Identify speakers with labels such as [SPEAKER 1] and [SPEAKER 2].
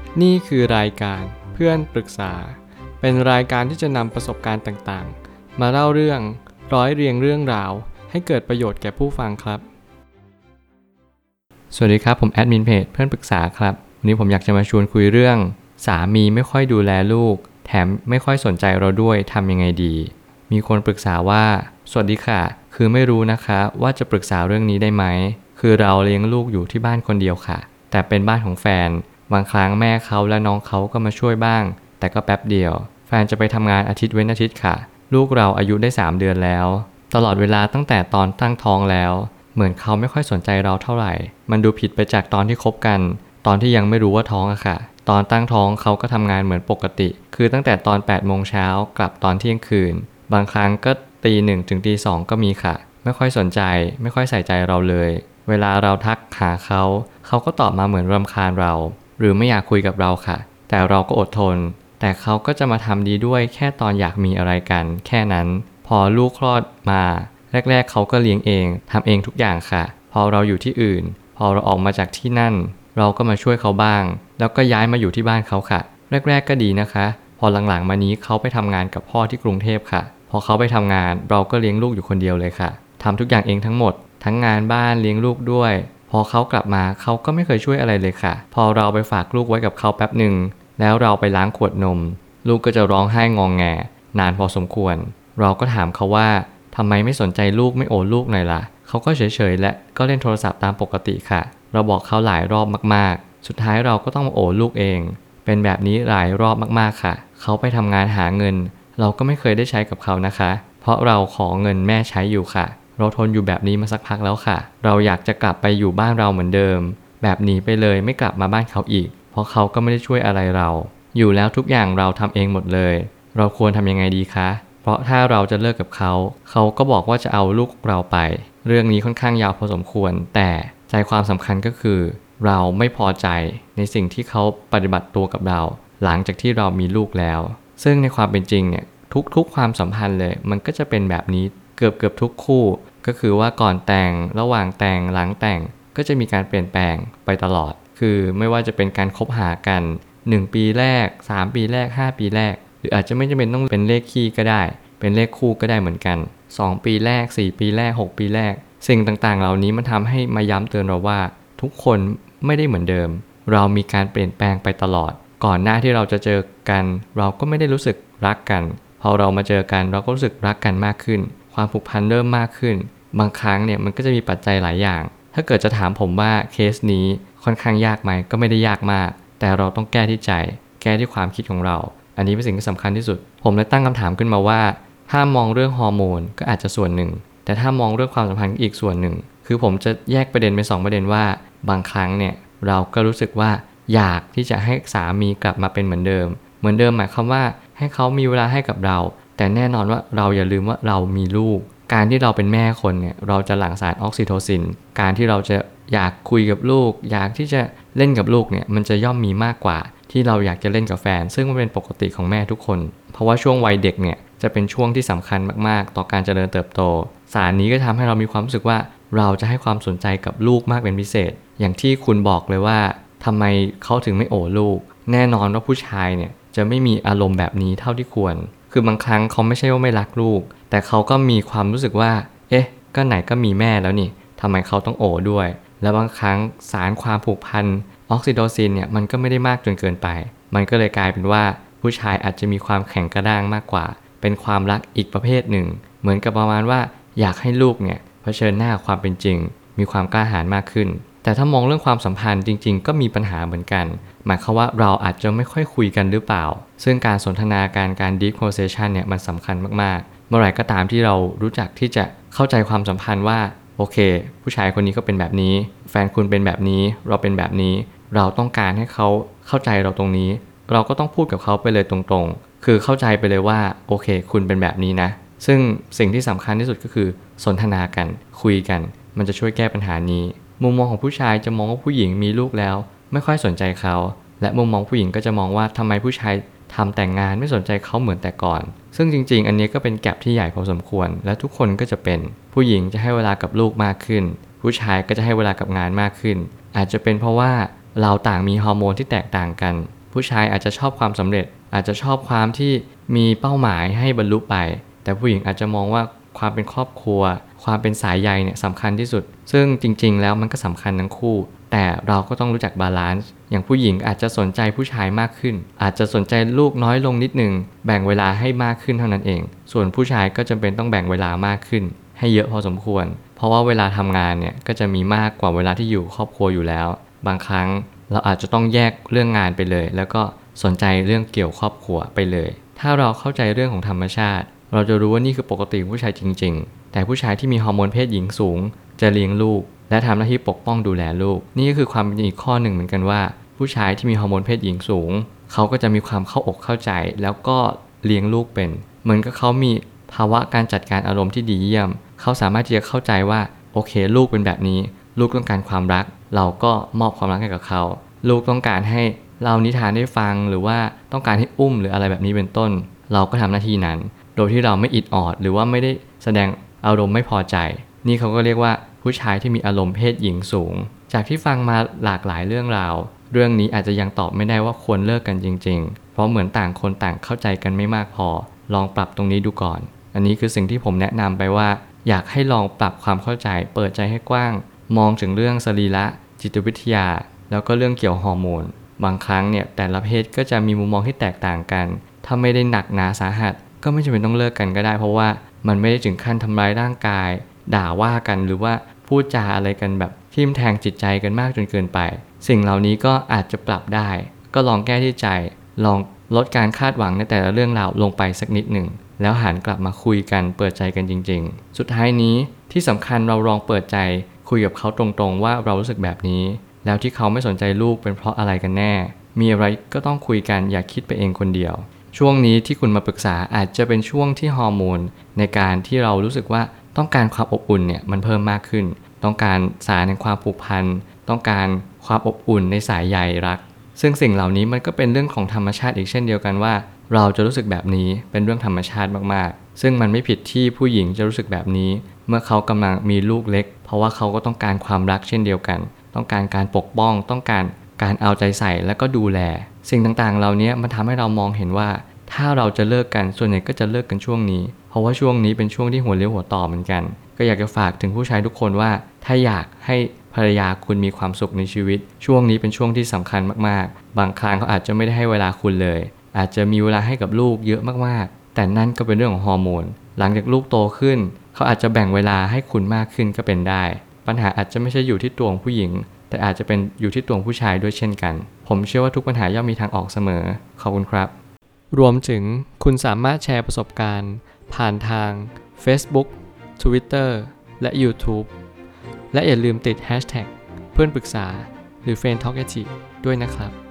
[SPEAKER 1] นี่คือรายการเพื่อนปรึกษาเป็นรายการที่จะนำประสบการณ์ต่างๆมาเล่าเรื่องร้อยเรียงเรื่องราวให้เกิดประโยชน์แก่ผู้ฟังครับสวัสดีครับผมแอดมินเพจเพื่อนปรึกษาครับวันนี้ผมอยากจะมาชวนคุยเรื่องสามีไม่ค่อยดูแลลูกแถมไม่ค่อยสนใจเราด้วยทำยังไงดีมีคนปรึกษาว่าสวัสดีค่ะคือไม่รู้นะคะว่าจะปรึกษาเรื่องนี้ได้ไหมคือเราเลี้ยงลูกอยู่ที่บ้านคนเดียวค่ะแต่เป็นบ้านของแฟนบางครั้งแม่เขาและน้องเขาก็มาช่วยบ้างแต่ก็แป๊บเดียวแฟนจะไปทำงานอาทิตย์เว้นอาทิตย์ค่ะลูกเราอายุได้3เดือนแล้วตลอดเวลาตั้งแต่ตอนตั้งท้องแล้วเหมือนเขาไม่ค่อยสนใจเราเท่าไหร่มันดูผิดไปจากตอนที่คบกันตอนที่ยังไม่รู้ว่าท้องอะค่ะตอนตั้งท้องเขาก็ทำงานเหมือนปกติคือตั้งแต่ตอน8 โมงเช้ากลับตอนเที่ยงคืนบางครั้งก็ตี 1ถึงตี 2ก็มีค่ะไม่ค่อยสนใจไม่ค่อยใส่ใจเราเลยเวลาเราทักหาเขาก็ตอบมาเหมือนรำคาญเราหรือไม่อยากคุยกับเราค่ะแต่เราก็อดทนแต่เขาก็จะมาทำดีด้วยแค่ตอนอยากมีอะไรกันแค่นั้นพอลูกคลอดมาแรกๆเขาก็เลี้ยงเองทำเองทุกอย่างค่ะพอเราอยู่ที่อื่นพอเราออกมาจากที่นั่นเราก็มาช่วยเขาบ้างแล้วก็ย้ายมาอยู่ที่บ้านเขาค่ะแรกๆก็ดีนะคะพอหลังๆมานี้เขาไปทำงานกับพ่อที่กรุงเทพค่ะพอเขาไปทำงานเราก็เลี้ยงลูกอยู่คนเดียวเลยค่ะทำทุกอย่างเองทั้งหมดทั้งงานบ้านเลี้ยงลูกด้วยพอเขากลับมาเขาก็ไม่เคยช่วยอะไรเลยค่ะพอเราไปฝากลูกไว้กับเขาแป๊บหนึ่งแล้วเราไปล้างขวดนมลูกก็จะร้องไห้งองแงนานพอสมควรเราก็ถามเขาว่าทำไมไม่สนใจลูกไม่โอลูกหน่อยล่ะเขาก็เฉยๆและก็เล่นโทรศัพท์ตามปกติค่ะเราบอกเขาหลายรอบมากๆสุดท้ายเราก็ต้องมาโอลูกเองเป็นแบบนี้หลายรอบมากๆค่ะเขาไปทำงานหาเงินเราก็ไม่เคยได้ใช้กับเขานะคะเพราะเราขอเงินแม่ใช้อยู่ค่ะเราทนอยู่แบบนี้มาสักพักแล้วค่ะเราอยากจะกลับไปอยู่บ้านเราเหมือนเดิมแบบหนีไปเลยไม่กลับมาบ้านเขาอีกเพราะเขาก็ไม่ได้ช่วยอะไรเราอยู่แล้วทุกอย่างเราทำเองหมดเลยเราควรทำยังไงดีคะเพราะถ้าเราจะเลิกกับเขาเขาก็บอกว่าจะเอาลูกเราไปเรื่องนี้ค่อนข้างยาวพอสมควรแต่ใจความสำคัญก็คือเราไม่พอใจในสิ่งที่เขาปฏิบัติตัวกับเราหลังจากที่เรามีลูกแล้วซึ่งในความเป็นจริงเนี่ยทุกความสัมพันธ์เลยมันก็จะเป็นแบบนี้เกือบทุกคู่ก็คือว่าก่อนแต่งระหว่างแต่งหลังแต่งก็จะมีการเปลี่ยนแปลงไปตลอดคือไม่ว่าจะเป็นการคบหากัน1 ปีแรก3 ปีแรก5 ปีแรกหรืออาจจะไม่จำเป็นต้องเป็นเลขคี่ก็ได้เป็นเลขคู่ก็ได้เหมือนกัน2 ปีแรก4 ปีแรก6 ปีแรกสิ่งต่างๆเหล่านี้มันทำให้มาย้ำเตือนเราว่าทุกคนไม่ได้เหมือนเดิมเรามีการเปลี่ยนแปลงไปตลอดก่อนหน้าที่เราจะเจอกันเราก็ไม่ได้รู้สึกรักกันพอเรามาเจอกันเราก็รู้สึกรักกันมากขึ้นความผูกพันเริ่มมากขึ้นบางครั้งเนี่ยมันก็จะมีปัจจัยหลายอย่างถ้าเกิดจะถามผมว่าเคสนี้ค่อนข้างยากไหมก็ไม่ได้ยากมากแต่เราต้องแก้ที่ใจแก้ที่ความคิดของเราอันนี้เป็นสิ่งที่สำคัญที่สุดผมเลยตั้งคำถามขึ้นมาว่าถ้ามองเรื่องฮอร์โมนก็อาจจะส่วนหนึ่งแต่ถ้ามองเรื่องความสัมพันธ์อีกส่วนหนึ่งคือผมจะแยกประเด็นเป็น2 ประเด็นว่าบางครั้งเนี่ยเราก็รู้สึกว่าอยากที่จะให้สามีกลับมาเป็นเหมือนเดิมหมายความว่าให้เขามีเวลาให้กับเราแต่แน่นอนว่าเราอย่าลืมว่าเรามีลูกการที่เราเป็นแม่คนเนี่ยเราจะหลั่งสารออกซิโทซินการที่เราจะอยากคุยกับลูกอยากที่จะเล่นกับลูกเนี่ยมันจะย่อมมีมากกว่าที่เราอยากจะเล่นกับแฟนซึ่งมันเป็นปกติของแม่ทุกคนเพราะว่าช่วงวัยเด็กเนี่ยจะเป็นช่วงที่สำคัญมากๆต่อการเจริญเติบโตสารนี้ก็ทำให้เรามีความรู้สึกว่าเราจะให้ความสนใจกับลูกมากเป็นพิเศษอย่างที่คุณบอกเลยว่าทำไมเขาถึงไม่โอบลูกแน่นอนว่าผู้ชายเนี่ยจะไม่มีอารมณ์แบบนี้เท่าที่ควรคือบางครั้งเขาไม่ใช่ว่าไม่รักลูกแต่เขาก็มีความรู้สึกว่าเอ๊ะก็ไหนก็มีแม่แล้วนี่ทำไมเขาต้องโอบด้วยและบางครั้งสารความผูกพันออกซิโทซินเนี่ยมันก็ไม่ได้มากจนเกินไปมันก็เลยกลายเป็นว่าผู้ชายอาจจะมีความแข็งกระด้างมากกว่าเป็นความรักอีกประเภทหนึ่งเหมือนกับประมาณว่าอยากให้ลูกเนี่ยเผชิญหน้าความเป็นจริงมีความกล้าหาญมากขึ้นแต่ถ้ามองเรื่องความสัมพันธ์จริงๆก็มีปัญหาเหมือนกันหมายความว่าเราอาจจะไม่ค่อยคุยกันหรือเปล่าซึ่งการสนทนาการ deep conversation เนี่ยมันสำคัญมากๆเมื่อไหร่ก็ตามที่เรารู้จักที่จะเข้าใจความสัมพันธ์ว่าโอเคผู้ชายคนนี้ก็เป็นแบบนี้แฟนคุณเป็นแบบนี้เราเป็นแบบนี้เราต้องการให้เขาเข้าใจเราตรงนี้เราก็ต้องพูดกับเขาไปเลยตรงๆคือเข้าใจไปเลยว่าโอเคคุณเป็นแบบนี้นะซึ่งสิ่งที่สำคัญที่สุดก็คือสนทนากันคุยกันมันจะช่วยแก้ปัญหานี้มุมมองของผู้ชายจะมองว่าผู้หญิงมีลูกแล้วไม่ค่อยสนใจเขาและมุมมองผู้หญิงก็จะมองว่าทำไมผู้ชายทำแต่งงานไม่สนใจเขาเหมือนแต่ก่อนซึ่งจริงๆอันนี้ก็เป็นแกปที่ใหญ่พอสมควรและทุกคนก็จะเป็นผู้หญิงจะให้เวลากับลูกมากขึ้นผู้ชายก็จะให้เวลากับงานมากขึ้นอาจจะเป็นเพราะว่าเราต่างมีฮอร์โมนที่แตกต่างกันผู้ชายอาจจะชอบความสำเร็จอาจจะชอบความที่มีเป้าหมายให้บรรลุไปแต่ผู้หญิงอาจจะมองว่าความเป็นครอบครัวความเป็นสายใยเนี่ยสำคัญที่สุดซึ่งจริงๆแล้วมันก็สำคัญทั้งคู่แต่เราก็ต้องรู้จักบาลานซ์อย่างผู้หญิงอาจจะสนใจผู้ชายมากขึ้นอาจจะสนใจลูกน้อยลงนิดนึงแบ่งเวลาให้มากขึ้นเท่านั้นเองส่วนผู้ชายก็จำเป็นต้องแบ่งเวลามากขึ้นให้เยอะพอสมควรเพราะว่าเวลาทำงานเนี่ยก็จะมีมากกว่าเวลาที่อยู่ครอบครัวอยู่แล้วบางครั้งเราอาจจะต้องแยกเรื่องงานไปเลยแล้วก็สนใจเรื่องเกี่ยวครอบครัวไปเลยถ้าเราเข้าใจเรื่องของธรรมชาติเราจะรู้ว่านี่คือปกติของผู้ชายจริงๆแต่ผู้ชายที่มีฮอร์โมนเพศหญิงสูงจะเลี้ยงลูกและทำหน้าที่ปกป้องดูแลลูกนี่ก็คือความเป็นอีกข้อหนึ่งเหมือนกันว่าผู้ชายที่มีฮอร์โมนเพศหญิงสูงเขาก็จะมีความเข้าอกเข้าใจแล้วก็เลี้ยงลูกเป็นเหมือนกับเขามีภาวะการจัดการอารมณ์ที่ดีเยี่ยมเขาสามารถที่จะเข้าใจว่าโอเคลูกเป็นแบบนี้ลูกต้องการความรักเราก็มอบความรักให้กับเขาลูกต้องการให้เรานิทานได้ฟังหรือว่าต้องการให้อุ้มหรืออะไรแบบนี้เป็นต้นเราก็ทำหน้าที่นั้นโดยที่เราไม่อิดออดหรือว่าไม่ได้แสดงอารมณ์ไม่พอใจนี่เขาก็เรียกว่าผู้ชายที่มีอารมณ์เพศหญิงสูงจากที่ฟังมาหลากหลายเรื่องราวเรื่องนี้อาจจะยังตอบไม่ได้ว่าควรเลิกกันจริงๆเพราะเหมือนต่างคนต่างเข้าใจกันไม่มากพอลองปรับตรงนี้ดูก่อนอันนี้คือสิ่งที่ผมแนะนำไปว่าอยากให้ลองปรับความเข้าใจเปิดใจให้กว้างมองถึงเรื่องสรีระจิตวิทยาแล้วก็เรื่องเกี่ยวฮอร์โมนบางครั้งเนี่ยแต่ละเพศก็จะมีมุมมองที่แตกต่างกันถ้าไม่ได้หนักหนาสาหัสก็ไม่จำเป็นต้องเลิกกันก็ได้เพราะว่ามันไม่ได้ถึงขั้นทำร้ายร่างกายด่าว่ากันหรือว่าพูดจาอะไรกันแบบทิ่มแทงจิตใจกันมากจนเกินไปสิ่งเหล่านี้ก็อาจจะปรับได้ก็ลองแก้ที่ใจลองลดการคาดหวังในแต่ละเรื่องราวลงไปสักนิดหนึ่งแล้วหันกลับมาคุยกันเปิดใจกันจริงๆสุดท้ายนี้ที่สำคัญเราลองเปิดใจคุยกับเขาตรงๆว่าเรารู้สึกแบบนี้แล้วที่เขาไม่สนใจลูกเป็นเพราะอะไรกันแน่มีอะไรก็ต้องคุยกันอย่าคิดไปเองคนเดียวช่วงนี้ที่คุณมาปรึกษาอาจจะเป็นช่วงที่ฮอร์โมนในการที่เรารู้สึกว่าต้องการความอบอุ่นเนี่ยมันเพิ่มมากขึ้นต้องการสารแห่งความผูกพันต้องการความอบอุ่นในสายใยรักซึ่งสิ่งเหล่านี้มันก็เป็นเรื่องของธรรมชาติอีกเช่นเดียวกันว่าเราจะรู้สึกแบบนี้เป็นเรื่องธรรมชาติมากๆซึ่งมันไม่ผิดที่ผู้หญิงจะรู้สึกแบบนี้เมื่อเขากำลังมีลูกเล็กเพราะว่าเขาก็ต้องการความรักเช่นเดียวกันต้องการการปกป้องต้องการการเอาใจใส่และก็ดูแลสิ่งต่างๆเหล่านี้มันทำให้เรามองเห็นว่าถ้าเราจะเลิกกันส่วนใหญ่ก็จะเลิกกันช่วงนี้เพราะว่าช่วงนี้เป็นช่วงที่หัวเลี้ยวหัวต่อเหมือนกันก็อยากจะฝากถึงผู้ชายทุกคนว่าถ้าอยากให้ภรรยาคุณมีความสุขในชีวิตช่วงนี้เป็นช่วงที่สำคัญมากๆบางครั้งเขาอาจจะไม่ได้ให้เวลาคุณเลยอาจจะมีเวลาให้กับลูกเยอะมากๆแต่นั่นก็เป็นเรื่องของฮอร์โมนหลังจากลูกโตขึ้นเขาอาจจะแบ่งเวลาให้คุณมากขึ้นก็เป็นได้ปัญหาอาจจะไม่ใช่อยู่ที่ตัวของผู้หญิงแต่อาจจะเป็นอยู่ที่ตัวผู้ชายด้วยเช่นกันผมเชื่อว่าทุกปัญหาย่อมมีทางออกเสมอขอบคุณครับรวมถึงคุณสามารถแชร์ประสบการณ์ผ่านทาง Facebook Twitter และ YouTube และอย่าลืมติด Hashtag เพื่อนปรึกษาหรือ Friend Talkative ด้วยนะครับ